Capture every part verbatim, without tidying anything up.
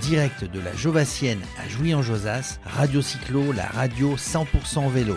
direct de la Jovassienne à Jouy-en-Josas, Radio Cyclo, la radio cent pour cent vélo.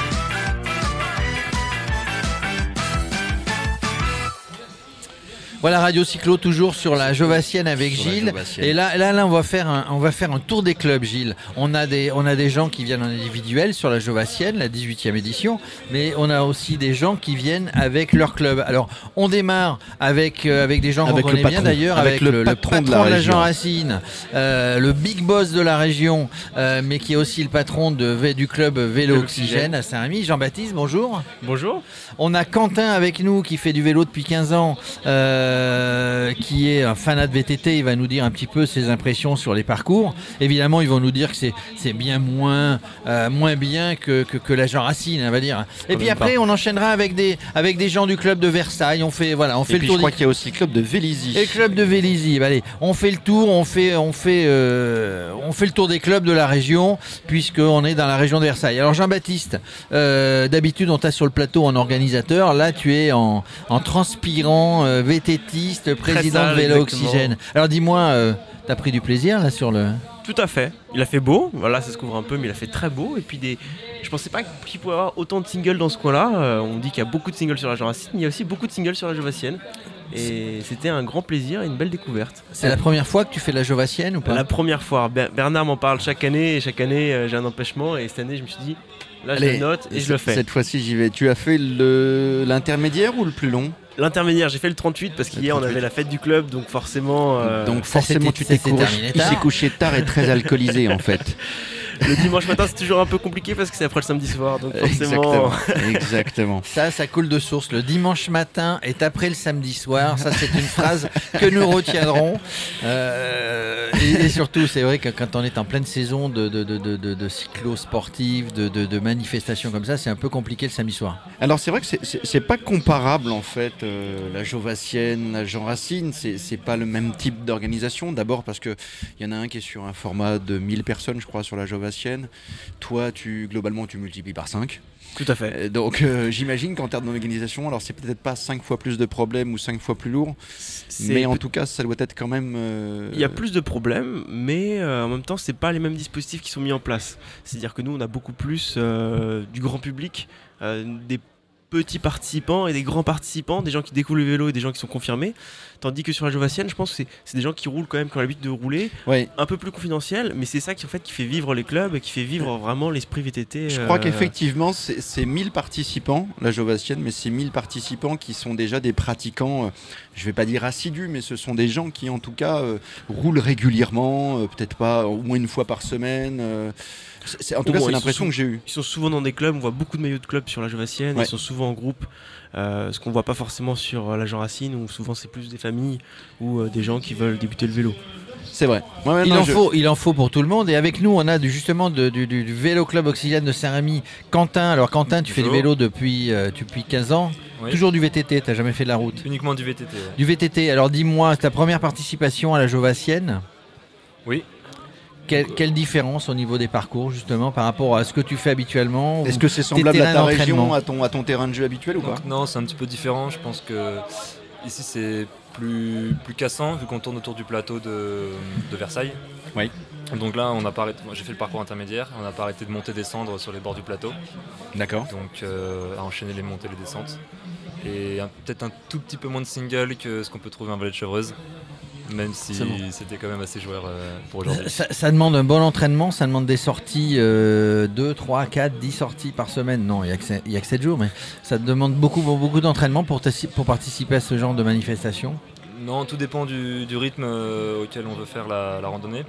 Voilà, Radio Cyclo, toujours sur la Jovassienne avec sur Gilles. Jovassienne. Et là, là, là, on va faire un, on va faire un tour des clubs, Gilles. On a des, on a des gens qui viennent en individuel sur la Jovassienne, la dix-huitième édition, mais on a aussi des gens qui viennent avec leur club. Alors, on démarre avec, euh, avec des gens qu'on connaît bien d'ailleurs, avec, avec le, le patron, le patron de la, de la Jean Racine, euh, le big boss de la région, euh, mais qui est aussi le patron de, du club Vélo Oxygène à Saint-Rémy. Jean-Baptiste, bonjour. Bonjour. On a Quentin avec nous qui fait du vélo depuis quinze ans. Euh, Euh, qui est un fanat de V T T. Il va nous dire un petit peu ses impressions sur les parcours. Évidemment, ils vont nous dire que c'est, c'est bien moins, euh, moins bien que, que, que la Jean Racine, on va dire. Et puis après, pas. on enchaînera avec des, avec des gens du club de Versailles. On fait, voilà, on fait Et le puis tour. Je crois des... qu'il y a aussi le club de Vélizy. Et le club de Vélizy. Bah, allez, on fait le tour, on fait, on fait, euh, on fait le tour des clubs de la région, puisqu'on est dans la région de Versailles. Alors Jean-Baptiste, euh, d'habitude, on t'a sur le plateau en organisateur. Là, tu es en, en transpirant euh, VTTiste, président de Vélo Oxygène. Alors dis-moi, euh, t'as pris du plaisir là sur le... Tout à fait. Il a fait beau. Voilà, ça se couvre un peu, mais il a fait très beau. Et puis des... je pensais pas qu'il pouvait y avoir autant de singles dans ce coin-là. Euh, on dit qu'il y a beaucoup de singles sur la Jean Racine. Il y a aussi beaucoup de singles sur la Jovassienne. Et c'était un grand plaisir et une belle découverte. C'est la première fois que tu fais la Jovassienne ou pas ? La première fois. Bernard m'en parle chaque année. Et chaque année, euh, j'ai un empêchement. Et cette année, je me suis dit, là, je Allez, le note et je le fais. Cette fois-ci, j'y vais. Tu as fait le... l'intermédiaire ou le plus long ? L'intermédiaire, j'ai fait le trente-huit parce qu'hier on avait la fête du club, donc forcément. Euh... Donc forcément, tu t'es couché, il s'est couché tard et très alcoolisé en fait. Le dimanche matin, c'est toujours un peu compliqué parce que c'est après le samedi soir, donc forcément. Exactement. Exactement. Ça, ça coule de source. Le dimanche matin est après le samedi soir. Ça, c'est une phrase que nous retiendrons. Euh, et, et surtout, c'est vrai que quand on est en pleine saison de, de, de, de, de, de cyclo sportive, de, de, de manifestations comme ça, c'est un peu compliqué le samedi soir. Alors, c'est vrai que c'est, c'est, c'est pas comparable en fait. Euh, la Jovassienne, la Jean Racine, c'est, c'est pas le même type d'organisation. D'abord parce qu'il y en a un qui est sur un format de mille personnes, je crois, sur la Jovassienne. Toi, tu, globalement, tu multiplies par cinq. Tout à fait. Donc euh, j'imagine qu'en termes d'organisation, alors c'est peut-être pas cinq fois plus de problèmes ou cinq fois plus lourd, c'est mais en tout cas ça doit être quand même... Euh... Il y a plus de problèmes, mais euh, en même temps c'est pas les mêmes dispositifs qui sont mis en place. C'est-à-dire que nous on a beaucoup plus euh, du grand public, euh, des petits participants et des grands participants, des gens qui découvrent le vélo et des gens qui sont confirmés. Tandis que sur la Jovassienne, je pense que c'est, c'est des gens qui roulent quand même, qui ont l'habitude de rouler, ouais. un peu plus confidentiel, mais c'est ça qui, en fait, qui fait vivre les clubs et qui fait vivre vraiment l'esprit V T T. Je euh... crois qu'effectivement, c'est, c'est mille participants, la Jovassienne, mais c'est mille participants qui sont déjà des pratiquants, euh, je ne vais pas dire assidus, mais ce sont des gens qui, en tout cas, euh, roulent régulièrement, euh, peut-être pas au moins une fois par semaine. Euh, c'est, en tout oh, cas, bon, c'est l'impression sou- que j'ai eue. Ils sont souvent dans des clubs, on voit beaucoup de maillots de clubs sur la Jovassienne, ouais. Ils sont souvent en groupe. Euh, ce qu'on voit pas forcément sur la Jean Racine où souvent c'est plus des familles ou euh, des gens qui veulent débuter le vélo. C'est vrai. Ouais, il, non, en je... faut, il en faut pour tout le monde. Et avec nous, on a du, justement de, du, du, du Vélo Club Oxygène de Saint-Rémy, Quentin. Alors Quentin, tu Bonjour. fais du vélo depuis, euh, depuis quinze ans. Oui. Toujours du V T T, tu n'as jamais fait de la route ? Uniquement du V T T. Ouais. Du V T T. Alors dis-moi, ta première participation à la Jovassienne ? Oui. Quelle, quelle différence au niveau des parcours justement par rapport à ce que tu fais habituellement ? Est-ce que c'est semblable à ta région, à ton, à ton terrain de jeu habituel ou pas ? Donc, non, c'est un petit peu différent. Je pense que ici c'est plus, plus cassant vu qu'on tourne autour du plateau de, de Versailles. Oui. Donc là, on a pas arrêté, moi, j'ai fait le parcours intermédiaire. On n'a pas arrêté de monter et descendre sur les bords du plateau. D'accord. Donc euh, à enchaîner les montées et les descentes. Et un, peut-être un tout petit peu moins de single que ce qu'on peut trouver en vallée de Chevreuse. Même si bon. C'était quand même assez joueur euh, pour aujourd'hui. Ça, ça demande un bon entraînement, ça demande des sorties euh, deux, trois, quatre, dix sorties par semaine. Non, il n'y a que sept jours, mais ça demande beaucoup, beaucoup d'entraînement pour, pour participer à ce genre de manifestation. Non, tout dépend du, du rythme euh, auquel on veut faire la, la randonnée.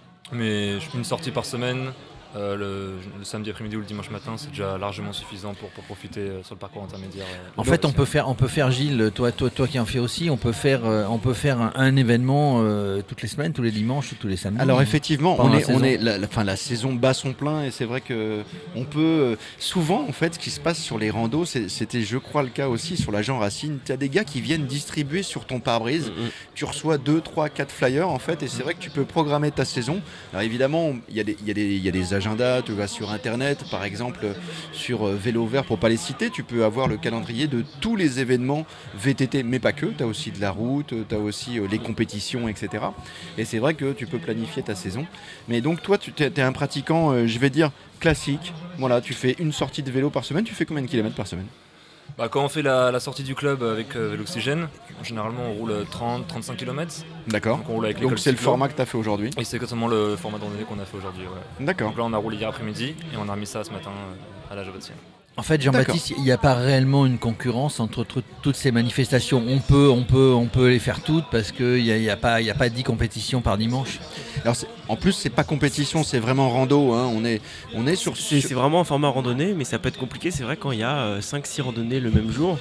Mais une sortie par semaine, euh, le, le samedi après-midi ou le dimanche matin, c'est déjà largement suffisant pour, pour profiter euh, sur le parcours intermédiaire. Euh, en fait, on peut faire, on peut faire, Gilles, toi, toi, toi qui en fais aussi, on peut faire, euh, on peut faire un, un événement euh, toutes les semaines, tous les dimanches ou tous les samedis. Alors effectivement, on est, on est, la, la, fin, la saison bat son plein et c'est vrai que on peut euh, souvent, en fait, ce qui se passe sur les randos, c'est, c'était, je crois, le cas aussi sur la Jean Racine. Tu as des gars qui viennent distribuer sur ton pare-brise. Mm-hmm. Tu reçois deux, trois, quatre flyers en fait, et c'est vrai que tu peux programmer ta saison. Alors évidemment, il y a des, il y a des, il y a des agendas, tu vas sur internet, par exemple sur euh, Vélo Vert, pour pas les citer, tu peux avoir le calendrier de tous les événements V T T, mais pas que, tu as aussi de la route, tu as aussi euh, les compétitions, et cetera. Et c'est vrai que tu peux planifier ta saison. Mais donc toi, tu es un pratiquant, euh, je vais dire, classique. Voilà, tu fais une sortie de vélo par semaine, tu fais combien de kilomètres par semaine? Bah, quand on fait la, la sortie du club avec euh, Véloxygène, généralement on roule trente à trente-cinq kilomètres. D'accord. Donc on roule avec Donc c'est le format que tu as fait aujourd'hui. Et c'est exactement le format de randonnée qu'on a fait aujourd'hui. Ouais. D'accord. Donc là on a roulé hier après-midi et on a remis ça ce matin euh, à la Jovatienne. En fait, Jean-Baptiste, il n'y a pas réellement une concurrence entre t- toutes ces manifestations. On peut, on peut, on peut les faire toutes parce qu'il n'y a, y a pas, y a pas dix compétitions par dimanche. Alors en plus, c'est pas compétition, c'est vraiment rando. Hein. On est, on est sur. C'est, c'est vraiment un format randonnée, mais ça peut être compliqué. C'est vrai quand il y a euh, cinq six randonnées le même jour.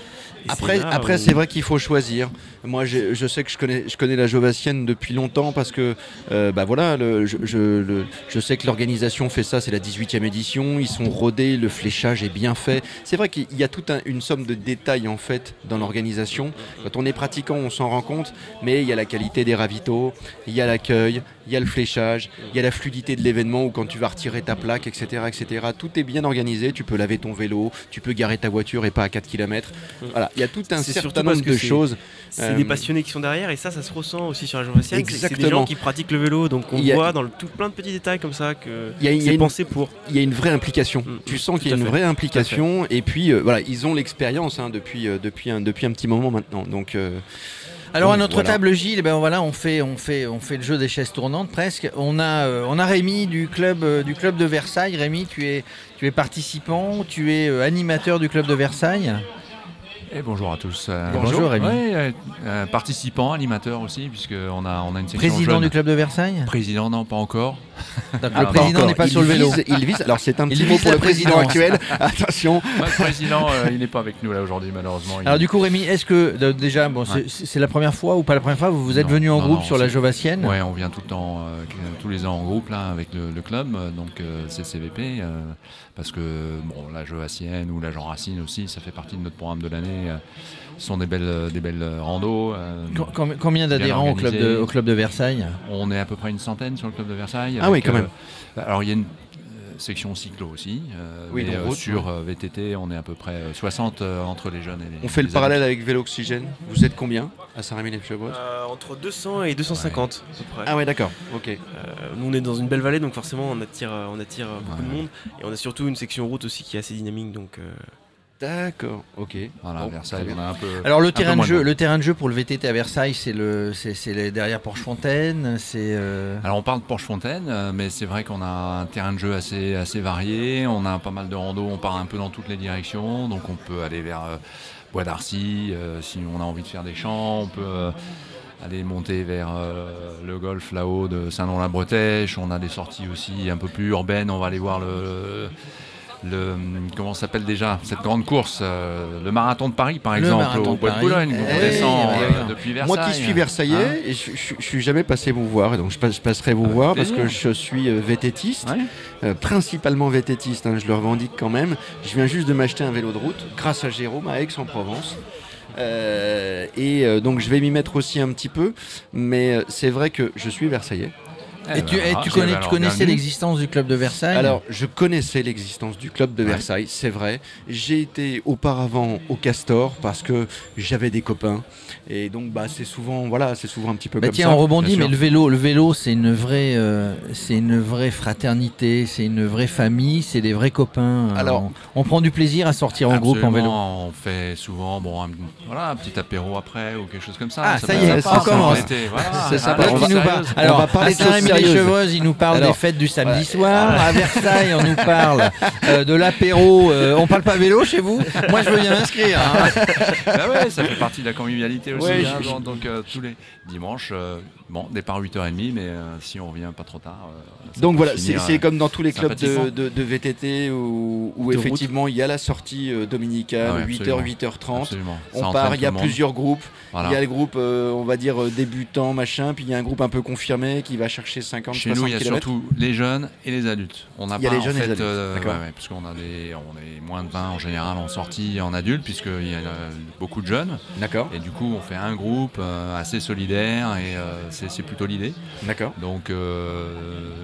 Et Après, c'est, là après où... c'est vrai qu'il faut choisir. Moi, je, je sais que je connais, je connais la Jovatienne depuis longtemps parce que, euh, bah voilà, le, je, je, le, je sais que l'organisation fait ça. C'est la dix-huitième édition. Ils sont rodés, le fléchage est bien fait. C'est vrai qu'il y a toute un, une somme de détails en fait dans l'organisation. Quand on est pratiquant, on s'en rend compte. Mais il y a la qualité des ravitaux, il y a l'accueil, il y a le fléchage, il y a la fluidité de l'événement où quand tu vas retirer ta plaque, et cetera, et cetera. Tout est bien organisé. Tu peux laver ton vélo, tu peux garer ta voiture et pas à quatre kilomètres. Voilà, il y a tout un C'est certain nombre de c'est, choses. C'est Euh, des passionnés qui sont derrière et ça, ça se ressent aussi sur la Jovatienne. C'est, c'est des Exactement. gens qui pratiquent le vélo, donc on Il y a- voit dans le, tout plein de petits détails comme ça que Il y a- il y a c'est une- pensé pour. Il y a une vraie implication. Mm, Tu mm, sens tout qu'il y a à une fait. vraie implication. Et puis, euh, voilà, ils ont l'expérience hein, depuis, euh, depuis, un, depuis un petit moment maintenant. Donc, euh, Alors donc, à notre voilà. table, Gilles, eh ben voilà, on fait, on fait, on fait le jeu des chaises tournantes presque. On a, euh, on a Rémi du club, euh, du club de Versailles. Rémi, tu es, tu es participant, tu es euh, animateur du club de Versailles. Et bonjour à tous. Euh, Bonjour, Rémi. ouais, euh, euh, participant, animateur aussi, puisqu'on a, on a une section Président jeune. du club de Versailles. Président, non, pas encore. Donc, Ah, le pas président encore. n'est pas Il sur le vélo. vise- il vise. Alors, c'est un Il petit mot vise pour la le président présidence. actuel. Attention. Ouais, le président, euh, il n'est pas avec nous là aujourd'hui, malheureusement. Il- Alors du coup, Rémi, est-ce que de- déjà, bon, Ouais. c'est, c'est la première fois ou pas la première fois vous vous êtes Non, venu en non, groupe non, sur la c'est- Jovatienne? Ouais, on vient tout le temps, euh, tous les ans en groupe là avec le, le club, euh, donc euh, C C V P, euh, parce que bon, la Jovatienne ou la Jean Racine aussi, ça fait partie de notre programme de l'année. euh, Ce sont des belles, des belles randos. euh, Com- com- Combien d'adhérents au club, de, au club de Versailles? On est à peu près une centaine sur le club de Versailles. Ah avec, oui, quand même. euh, alors il y a une euh, section cyclo aussi. euh, Oui, mais donc euh, route, sur euh, V T T, on est à peu près euh, soixante euh, entre les jeunes et les On fait le les parallèle adultes. avec Véloxygène. Vous êtes combien à Saint-Rémy-lès-Chevreuse? Euh, entre deux cents et deux cent cinquante à peu près. Ah ouais, d'accord. Ok. Euh, nous on est dans une belle vallée donc forcément on attire, euh, on attire euh, beaucoup Ouais. de monde et on a surtout une section route aussi qui est assez dynamique donc euh, D'accord. Ok. Voilà, Bon, à Versailles, très bien. on a un peu. Alors le un terrain peu de moins jeu, monde. le terrain de jeu pour le V T T à Versailles, c'est le, c'est, c'est les- derrière Porchefontaine, c'est. euh, Alors on parle de Porchefontaine, euh, mais c'est vrai qu'on a un terrain de jeu assez, assez varié. On a pas mal de rando, on part un peu dans toutes les directions. Donc on peut aller vers euh, Bois d'Arcy, euh, si on a envie de faire des champs. On peut euh, aller monter vers euh, le golfe là-haut de Saint-Nom-la-Bretèche. On a des sorties aussi un peu plus urbaines. On va aller voir le... le comment ça s'appelle déjà cette grande course, euh, le marathon de Paris par Le exemple, marathon au de Bois de Paris. Boulogne. Eh On oui, descend oui, euh, oui. depuis Versailles. Moi qui suis versaillais, Hein et je, je, je suis jamais passé vous voir, et donc je, passe- je passerai vous Avec voir parce plaisir. que je suis euh, vététiste, Ouais. euh, principalement vététiste, hein, je le revendique quand même. Je viens juste de m'acheter un vélo de route grâce à Jérôme à Aix-en-Provence. Euh, et euh, donc je vais m'y mettre aussi un petit peu, mais euh, c'est vrai que je suis versaillais. Et Eh tu, ben, et voilà, tu, c'est- connais, tu alors, connaissais bienvenue. l'existence du club de Versailles? Alors, je connaissais l'existence du club de Ouais. Versailles, c'est vrai. J'ai été auparavant au Castor parce que j'avais des copains. Et donc, bah, c'est souvent, voilà, c'est souvent un petit peu Bah comme tiens, ça. on rebondit, bien mais sûr. le vélo, le vélo, c'est une vraie, euh, c'est une vraie fraternité, c'est une vraie famille, c'est des vrais copains. Euh, Alors- on, on prend du plaisir à sortir en groupe en vélo. Absolument, on fait souvent bon, un, voilà, un petit apéro après ou quelque chose comme ça. Ah, ça peut y est, être ça sympa, commence. en été, voilà. C'est Ah, sympa. là, On Qui va- nous sérieuse. parle- on Alors, va parler à de choses Saint-Rémy-lès-Chevreuse, il nous parle Alors, des fêtes du samedi ouais, soir. À Versailles, on nous parle euh, de l'apéro. Euh, on parle pas vélo chez vous? Moi, je veux bien m'inscrire. hein. Bah ouais, ça fait partie de la convivialité aussi. Ouais, hein, je- donc donc, euh, tous les dimanches, euh, bon, départ huit heures trente, mais euh, si on revient pas trop tard. euh, ça Donc peut voilà, c'est finir, c'est euh, comme dans tous les clubs sympathisant. de, de, de V T T où, où De route. effectivement il y a la sortie euh, dominicale, Ah ouais, huit heures, absolument. huit heures trente. Absolument. Ça On entraîne part, il y a tout le monde. plusieurs groupes. Voilà. Il y a le groupe, euh, on va dire, euh, débutant, machin, puis il y a un groupe un peu confirmé qui va chercher cinquante, Chez nous, soixante il y a kilomètres. surtout les jeunes et les adultes. On n'a Il y a pas les en jeunes et les fait, adultes, euh, d'accord. ouais, ouais, parce qu'on a des, on est moins de vingt en général en sortie en adulte, puisqu'il y a euh, beaucoup de jeunes. D'accord, Et du coup, on fait un groupe euh, assez solidaire et euh, c'est c'est plutôt l'idée. d'accord. Donc, euh,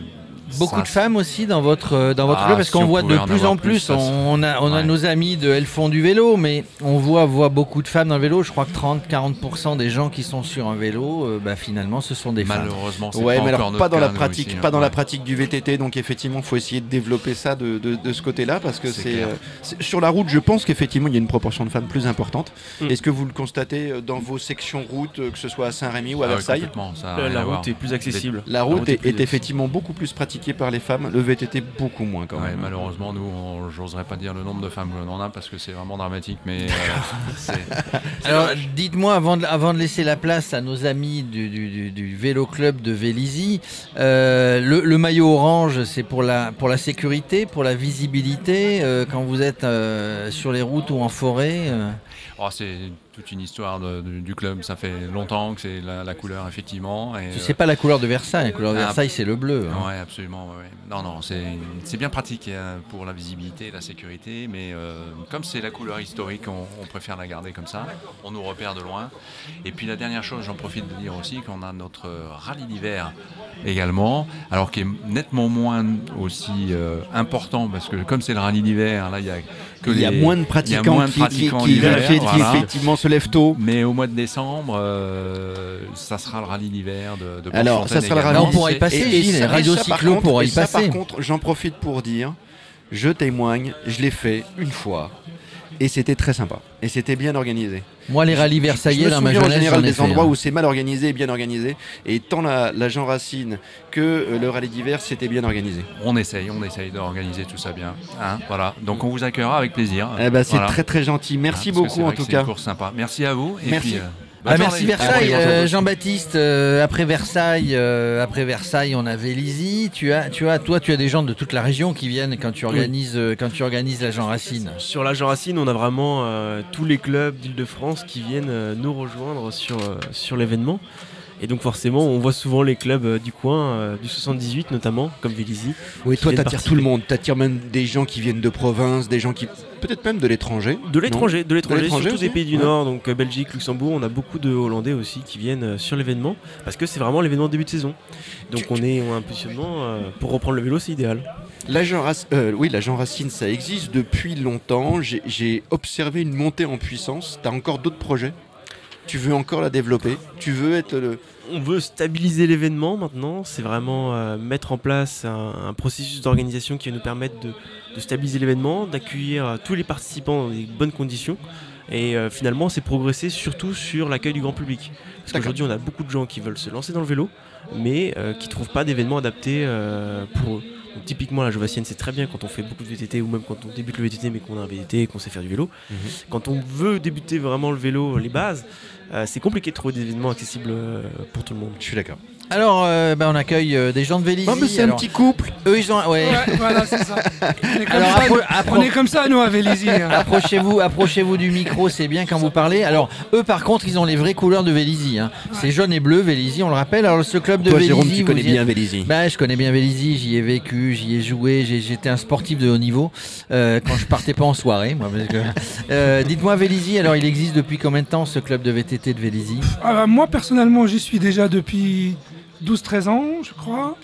Beaucoup Ça, de femmes aussi dans votre dans votre Ah, club parce si qu'on on voit de pouvait en plus avoir en plus. plus, ça, on a on a ouais. nos amis de Elles font du vélo, mais on voit voit beaucoup de femmes dans le vélo. Je crois que trente à quarante pour cent des gens qui sont sur un vélo, euh, bah, finalement, ce sont des femmes. Malheureusement, c'est Ouais, pas mais encore alors notre pas dans la cas, nous, pratique, ici, pas hein. dans la Ouais. pratique du V T T. Donc effectivement, il faut essayer de développer ça de, de, de ce côté-là parce que C'est c'est, clair. euh, c'est- sur la route. Je pense qu'effectivement, il y a une proportion de femmes plus importante. Mm. Est-ce que vous le constatez euh, dans vos sections route, euh, que ce soit à Saint-Rémy ou à Ah ouais, Versailles? complètement, ça a La, rien la à voir. route est plus accessible. La route, route est, est plus est effectivement beaucoup plus pratiquée par les femmes. Le V T T beaucoup moins quand Ouais, même. malheureusement, nous, on- j'oserais pas dire le nombre de femmes qu'on en a parce que c'est vraiment dramatique, mais euh, c'est- Alors, dites-moi, avant de, avant de laisser la place à nos amis du, du, du- du vélo club de Vélizy, euh, le, le maillot orange, c'est pour la, pour la sécurité, pour la visibilité, euh, quand vous êtes euh, sur les routes ou en forêt euh. oh, c'est toute une histoire de- de- du club. Ça fait longtemps que c'est la, la couleur, effectivement. Et, C'est pas la couleur de Versailles, la couleur de Ah, Versailles, c'est le bleu. hein. Oui, absolument. ouais, ouais. Non, non, c'est, c'est bien pratique hein, pour la visibilité et la sécurité, mais euh, comme c'est la couleur historique, on, on préfère la garder comme ça. On nous repère de loin. Et puis la dernière chose, j'en profite de dire aussi qu'on a notre rallye d'hiver également, alors qui est nettement moins aussi euh, important, parce que comme c'est le rallye d'hiver, là, il y a que Il y a les- moins de il y a pratiquants moins de qui, pratiquants qui, qui, l'hiver, qui- qui voilà. effectivement se lèvent tôt. Mais au mois de décembre, euh, ça sera le rallye d'hiver de, de Alors, Porte-Fontaine ça sera le également. rallye. On pourra y C'est- passer, Et- et Gilles, ça- les et radios ça, par cyclo contre- pourra et y ça, passer. Par contre, j'en profite pour dire, je témoigne, je l'ai fait une fois. Et c'était très sympa. Et c'était bien organisé. Moi, les rallyes Je versaillais me dans ma souviens en jeunesse, général j'en ai des fait, endroits hein. où c'est mal organisé et bien organisé. Et tant la, la Jean Racine que euh, le rallye d'hiver, c'était bien organisé. On essaye, on essaye d'organiser tout ça bien. Hein, voilà. Donc on vous accueillera avec plaisir. Eh ben, c'est Voilà. très très gentil. Merci Hein, parce que c'est beaucoup en vrai que tout c'est cas. une course sympa. Merci à vous. Et Merci. puis, euh, Ah, bonne merci journée. Versailles, Après, euh, Jean-Baptiste. euh, après Versailles, euh, après Versailles, on a Vélizy. Tu as, tu as, toi, tu as des gens de toute la région qui viennent quand tu organises, euh, quand tu organises la Jean Racine. Sur la Jean Racine, on a vraiment euh, tous les clubs d'Île-de-France qui viennent euh, nous rejoindre sur, euh, sur l'événement. Et donc forcément, on voit souvent les clubs euh, du coin, euh, du soixante-dix-huit notamment, comme Vélizy. Oui, qui toi, viennent t'attires tout participer. le monde. T'attires même des gens qui viennent de province, des gens qui. Peut-être même de l'étranger. De l'étranger, de l'étranger, l'étranger surtout aussi des pays du Ouais. Nord, donc euh, Belgique, Luxembourg, on a beaucoup de Hollandais aussi qui viennent euh, sur l'événement, parce que c'est vraiment l'événement de début de saison. Donc Tu- on, est, on a un positionnement, euh, pour reprendre le vélo, c'est idéal. La Jean, Rac- euh, oui, la Jean Racine, ça existe depuis longtemps. J'ai- J'ai observé une montée en puissance. T'as encore d'autres projets? Tu veux encore la développer? Tu veux être le. On veut stabiliser l'événement maintenant, c'est vraiment euh, mettre en place un, un processus d'organisation qui va nous permettre de, de stabiliser l'événement, d'accueillir euh, tous les participants dans des bonnes conditions. Et euh, finalement, c'est progresser surtout sur l'accueil du grand public. Parce D'accord. qu'aujourd'hui, on a beaucoup de gens qui veulent se lancer dans le vélo, mais euh, qui ne trouvent pas d'événements adaptés euh, pour eux. Donc, typiquement, la Jovassienne, c'est très bien quand on fait beaucoup de V T T ou même quand on débute le V T T mais qu'on a un V T T et qu'on sait faire du vélo. Mhm. Quand on veut débuter vraiment le vélo, les bases, euh, c'est compliqué de trouver des événements accessibles euh, pour tout le monde. Je suis d'accord. Alors, euh, bah, on accueille euh, des gens de Vélizy. Oh, mais c'est un Alors, petit couple. eux, ils ont, ouais. Ouais, voilà, c'est ça. On est comme, Alors, ça, appro- nous. appro- On est comme ça, nous, à Vélizy. hein. Approchez-vous, approchez-vous du micro, c'est bien quand vous parlez. Alors, eux, par contre, ils ont les vraies couleurs de Vélizy. Hein. C'est jaune et bleu, Vélizy, on le rappelle. Alors, ce club de Toi, Vélizy, Jérôme, tu vous connais y êtes- bien Vélizy. Bah, je connais bien Vélizy, j'y ai vécu, j'y ai joué, j'ai- j'étais un sportif de haut niveau euh, quand je partais pas en soirée. Moi, parce que- Euh, dites-moi, Vélizy, alors il existe depuis combien de temps ce club de V T T de Vélizy? Ah bah, moi, personnellement, j'y suis déjà depuis douze treize ans, je crois.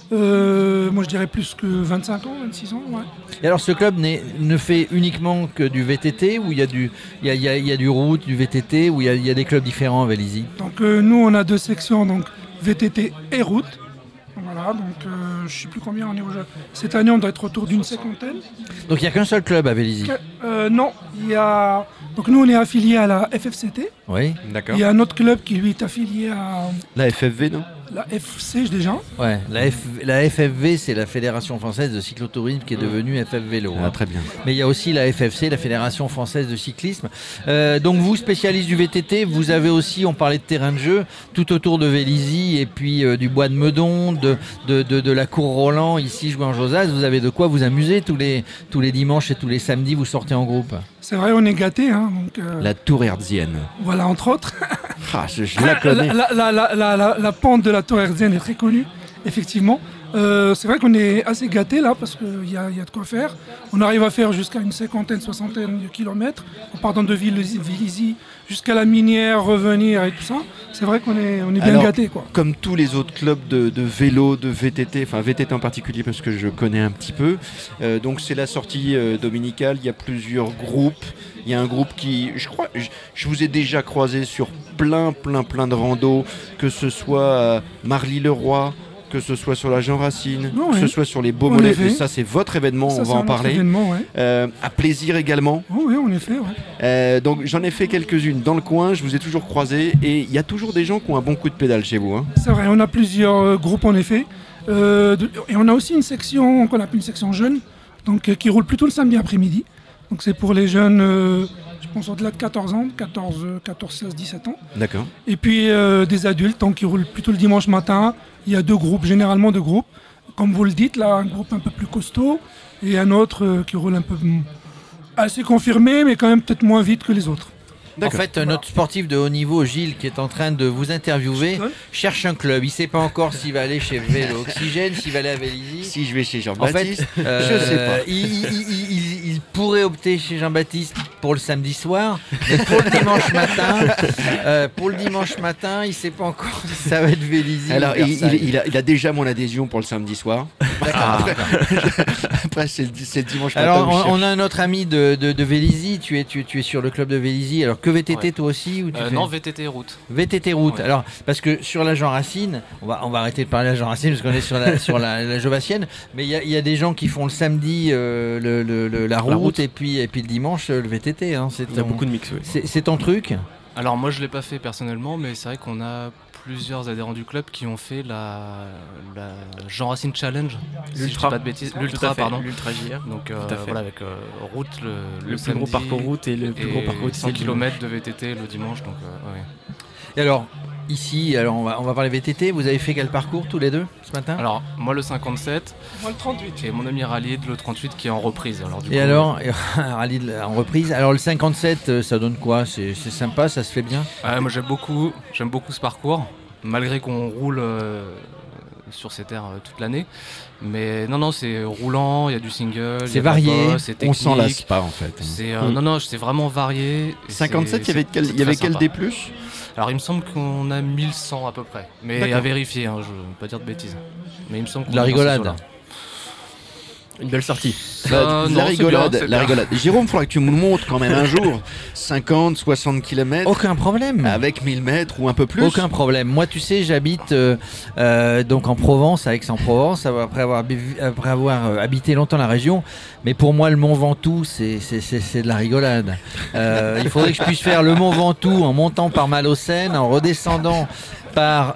Euh, moi, je dirais plus que vingt-cinq ans, vingt-six ans, ouais. Et alors, ce club n'est- ne fait uniquement que du V T T ou il y a du, il y a, il y a- il y a du route, du V T T ou il y a, il y a des clubs différents à Vélizy? Donc, euh, nous, on a deux sections, donc V T T et route. Voilà, donc euh, je sais plus combien on est aujourd'hui. Cette année, on doit être autour d'une cinquantaine. Donc, il n'y a qu'un seul club à Vélizy? Euh, non, il y a. Donc, nous, on est affilié à la F F C T. Oui. D'accord. Il y a un autre club qui, lui, est affilié à La F F V, non? la F C déjà. Ouais, la, F, la F F V, c'est la Fédération Française de Cyclotourisme qui est devenue F F Vélo. hein. Ah, très bien. Mais il y a aussi la F F C, la Fédération Française de Cyclisme. Euh, donc vous, spécialiste du V T T, vous avez aussi, on parlait de terrain de jeu, tout autour de Vélizy et puis euh, du bois de Meudon, de, de, de, de la cour Roland, ici joué en Josas. Vous avez de quoi vous amuser tous les, tous les dimanches et tous les samedis, vous sortez en groupe. C'est vrai, on est gâtés. Hein, donc, euh, La Tour Hertzienne. voilà, entre autres. Ah, je, je la connais. La, la, la, la, la, la pente de la tour hertzienne est très connue, effectivement. Euh, c'est vrai qu'on est assez gâtés là parce qu'il y a, y a de quoi faire. On arrive à faire jusqu'à une cinquantaine, soixantaine de kilomètres en partant de Vélizy jusqu'à la Minière, revenir et tout ça. C'est vrai qu'on est, on est bien Alors, gâtés, quoi. Comme tous les autres clubs de, de vélo, de V T T, enfin V T T en particulier parce que je connais un petit peu. Euh, donc c'est la sortie euh, dominicale, il y a plusieurs groupes. Il y a un groupe qui, je crois, je, je vous ai déjà croisé sur plein, plein, plein de randos, que ce soit à Marly-le-Roi, que ce soit sur la Jean Racine, Oh, que oui. ce soit sur les Beaumollets, En effet. et ça c'est votre événement, Ça, on c'est va en un autre parler. événement, ouais. Euh, à Plaisir également. Oh, oui, en effet, ouais. Euh, donc j'en ai fait quelques-unes dans le coin, je vous ai toujours croisé et il y a toujours des gens qui ont un bon coup de pédale chez vous. Hein. C'est vrai, on a plusieurs euh, groupes en effet. Euh, de- et on a aussi une section qu'on appelle une section jeune, donc euh, qui roule plutôt le samedi après-midi. Donc c'est pour les jeunes, euh, je pense au-delà de quatorze ans, quatorze, quatorze, seize, dix-sept ans. D'accord. Et puis euh, des adultes donc, qui roulent plutôt le dimanche matin. Il y a deux groupes, généralement deux groupes. Comme vous le dites, là, un groupe un peu plus costaud et un autre euh, qui roule un peu mm, assez confirmé, mais quand même peut-être moins vite que les autres. En fait, notre sportif de haut niveau, Gilles, qui est en train de vous interviewer, Ouais. cherche un club. Il ne sait pas encore s'il va aller chez Vélo Oxygène, s'il va aller à Vélizy. Si je vais chez En Jean-Baptiste, fait, euh, je sais pas. Il, il- il- il- il pourrait opter chez Jean-Baptiste pour le samedi soir, mais pour le dimanche matin, euh, pour le dimanche matin, il ne sait pas encore si ça va être Vélizy. Alors, ou il, Versailles. il- il a, il a déjà mon adhésion pour le samedi soir. Après, après, c'est le, c'est le dimanche matin. Alors, où je on, cherche. on a un autre ami de, de, de Vélizy. Tu es, tu, tu es sur le club de Vélizy. Alors, que V T T Ouais. toi aussi ou tu Euh, fais non, V T T route. V T T route. Ouais. Alors, parce que sur la Jean Racine, on va, on va arrêter de parler de la Jean Racine parce qu'on est sur la, sur la, la Jovassienne, mais il y, a- il y a des gens qui font le samedi euh, le, le- le- la, route, route. et puis, et puis le dimanche euh, le V T T. Hein. C'est Il y a ton- beaucoup de mix, oui. c'est- c'est ton truc. Alors moi je l'ai pas fait personnellement, mais c'est vrai qu'on a plusieurs adhérents du club qui ont fait la, la Jean Racine Challenge. Si je dis L'ultra. pas de bêtises. Tout à L'ultra, fait, pardon. L'ultra J R. Donc euh, Tout à fait. voilà, avec euh, route le, Le, plus samedi gros parcours route et le plus et gros parcours cent kilomètres de V T T le dimanche. Donc euh, ouais. Et alors, ici, alors on va, on va parler V T T. Vous avez fait quel parcours tous les deux ce matin? Alors moi le cinquante-sept Moi le trente-huit. et mon ami Ralid le trente-huit qui est en reprise. Alors, du Et coup, alors, rallye de- en reprise. Alors, le cinquante-sept, euh, ça donne quoi? C'est c'est sympa, ça se fait bien? Ouais, moi j'aime beaucoup, j'aime beaucoup ce parcours, malgré qu'on roule euh, sur ces terres euh, toute l'année. Mais non, non, c'est roulant, il y a du single, il y C'est a de la varié, bosse, c'est On s'en technique. lasse pas en fait. C'est euh, Mm. non, non, c'est vraiment varié. et cinquante-sept, il y c'est- avait c'est- quel, c'est il y avait très quel sympa. D plus? Alors il me semble qu'on a mille cent à peu près, mais D'accord. à vérifier, hein, je ne veux pas dire de bêtises. Mais il me semble qu'on De la est dans ces rigolade. eaux-là. Une belle sortie. Euh, Bah, non, la c'est rigolade, bien, c'est la bien. rigolade. Jérôme, il faudra que tu me le montres quand même un jour. cinquante, soixante kilomètres Aucun problème. avec mille mètres ou un peu plus. Aucun problème. Moi, tu sais, j'habite euh, euh, donc en Provence, à Aix-en-Provence, après avoir, bi- après avoir euh, habité longtemps la région. Mais pour moi, le Mont Ventoux, c'est c'est- c'est- c'est de la rigolade. Euh, il faudrait que je puisse faire le Mont Ventoux en montant par Malocène, en redescendant par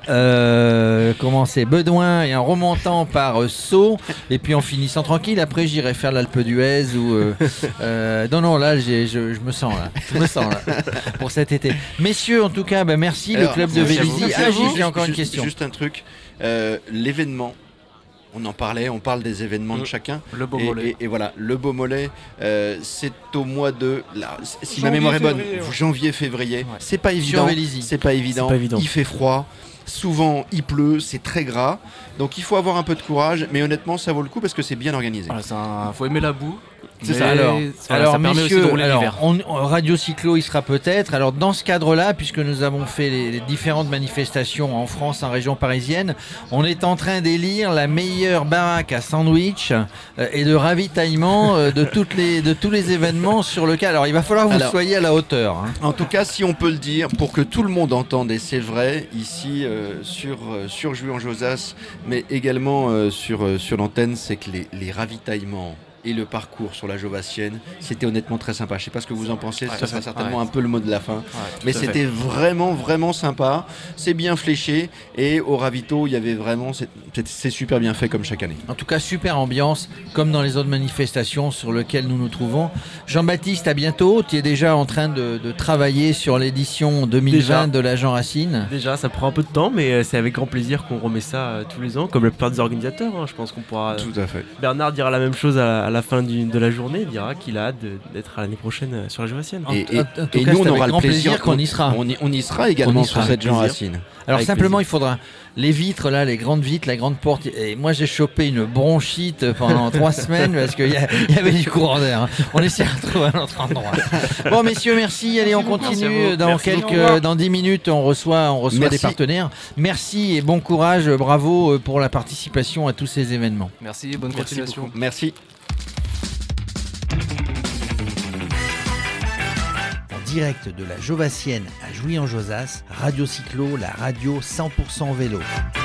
euh, comment c'est Bedouin et en remontant par euh, Sceaux, et puis en finissant tranquille. Après, j'irai faire l'Alpe d'Huez ou euh, euh, non, non, là, j'ai- je, je me sens là, je me sens là pour cet été. Messieurs, en tout cas, bah, merci. Alors, le club de merci à vous. Vélizy. Merci à Ah, vous. Gilles, j'ai encore une Juste- question. Juste un truc. Euh, L'événement, on en parlait, on parle des événements de Mm. chacun. Le beau Et, mollet. et- et voilà, le Beaumollais, euh, c'est au mois de. Là, si ma Janvier, mémoire est bonne, février, ouais. janvier-février. Ouais. C'est pas évident. Vélizy. C'est pas évident. C'est pas évident. Il fait froid. Souvent, il pleut. C'est très gras. Donc, il faut avoir un peu de courage. Mais honnêtement, ça vaut le coup parce que c'est bien organisé. Voilà, c'est un- faut aimer la boue. C'est mais ça. Alors, voilà, alors ça permet aussi messieurs, de rouler alors, l'hiver. on, on- Radio Cyclo, il sera peut-être. Alors, dans ce cadre-là, puisque nous avons fait les, les différentes manifestations en France, en région parisienne, on est en train d'élire la meilleure baraque à sandwich euh, et de ravitaillement euh, de, toutes les, de tous les événements sur le cas. Alors, il va falloir que vous Alors, soyez à la hauteur. hein. En tout cas, si on peut le dire, pour que tout le monde entende, et c'est vrai, ici euh, sur, euh, sur Juan-Josas, mais également euh, sur, euh, sur l'antenne, c'est que les, les ravitaillements et le parcours sur la Jovassienne, c'était honnêtement très sympa. Je sais pas ce que vous en pensez, Ouais, ça sera ouais. certainement un peu le mot de la fin. Ouais, tout Mais à fait. c'était vraiment, vraiment sympa. C'est bien fléché. Et au ravito, il y avait vraiment. C'est c'est- c'est super bien fait comme chaque année. En tout cas, super ambiance, comme dans les autres manifestations sur lesquelles nous nous trouvons. Jean-Baptiste, à bientôt. Tu es déjà en train de, de travailler sur l'édition deux mille vingt Déjà. de la Jean Racine. Déjà, ça prend un peu de temps, mais euh, c'est avec grand plaisir qu'on remet ça euh, tous les ans, comme la plupart des organisateurs. hein. Je pense qu'on pourra. Tout à fait. Bernard dira la même chose à, à la fin du- de la journée. Il dira qu'il a hâte de- d'être à l'année prochaine euh, sur la Jovassienne. En- Et, et- en- en tout et cas, nous, c'est on avec aura le grand plaisir plaisir qu'on y sera. On y, on y sera également On y sera sur cette avec Jean plaisir. Racine. Alors Avec simplement, plaisir. il faudra les vitres là, les grandes vitres, la grande porte. Et moi, j'ai chopé une bronchite pendant trois semaines parce qu'il y, a- il y avait du courant d'air. hein. On essaie de trouver un autre endroit. Bon, messieurs, merci. Allez, on continue. Dans Merci quelques, beaucoup. dans dix minutes, on reçoit, on reçoit Merci. des partenaires. Merci et bon courage. Bravo pour la participation à tous ces événements. Merci, bonne Merci continuation. beaucoup. Merci. En direct de la Jovassienne à Jouy-en-Josas, Radio Cyclo, la radio cent pour cent vélo.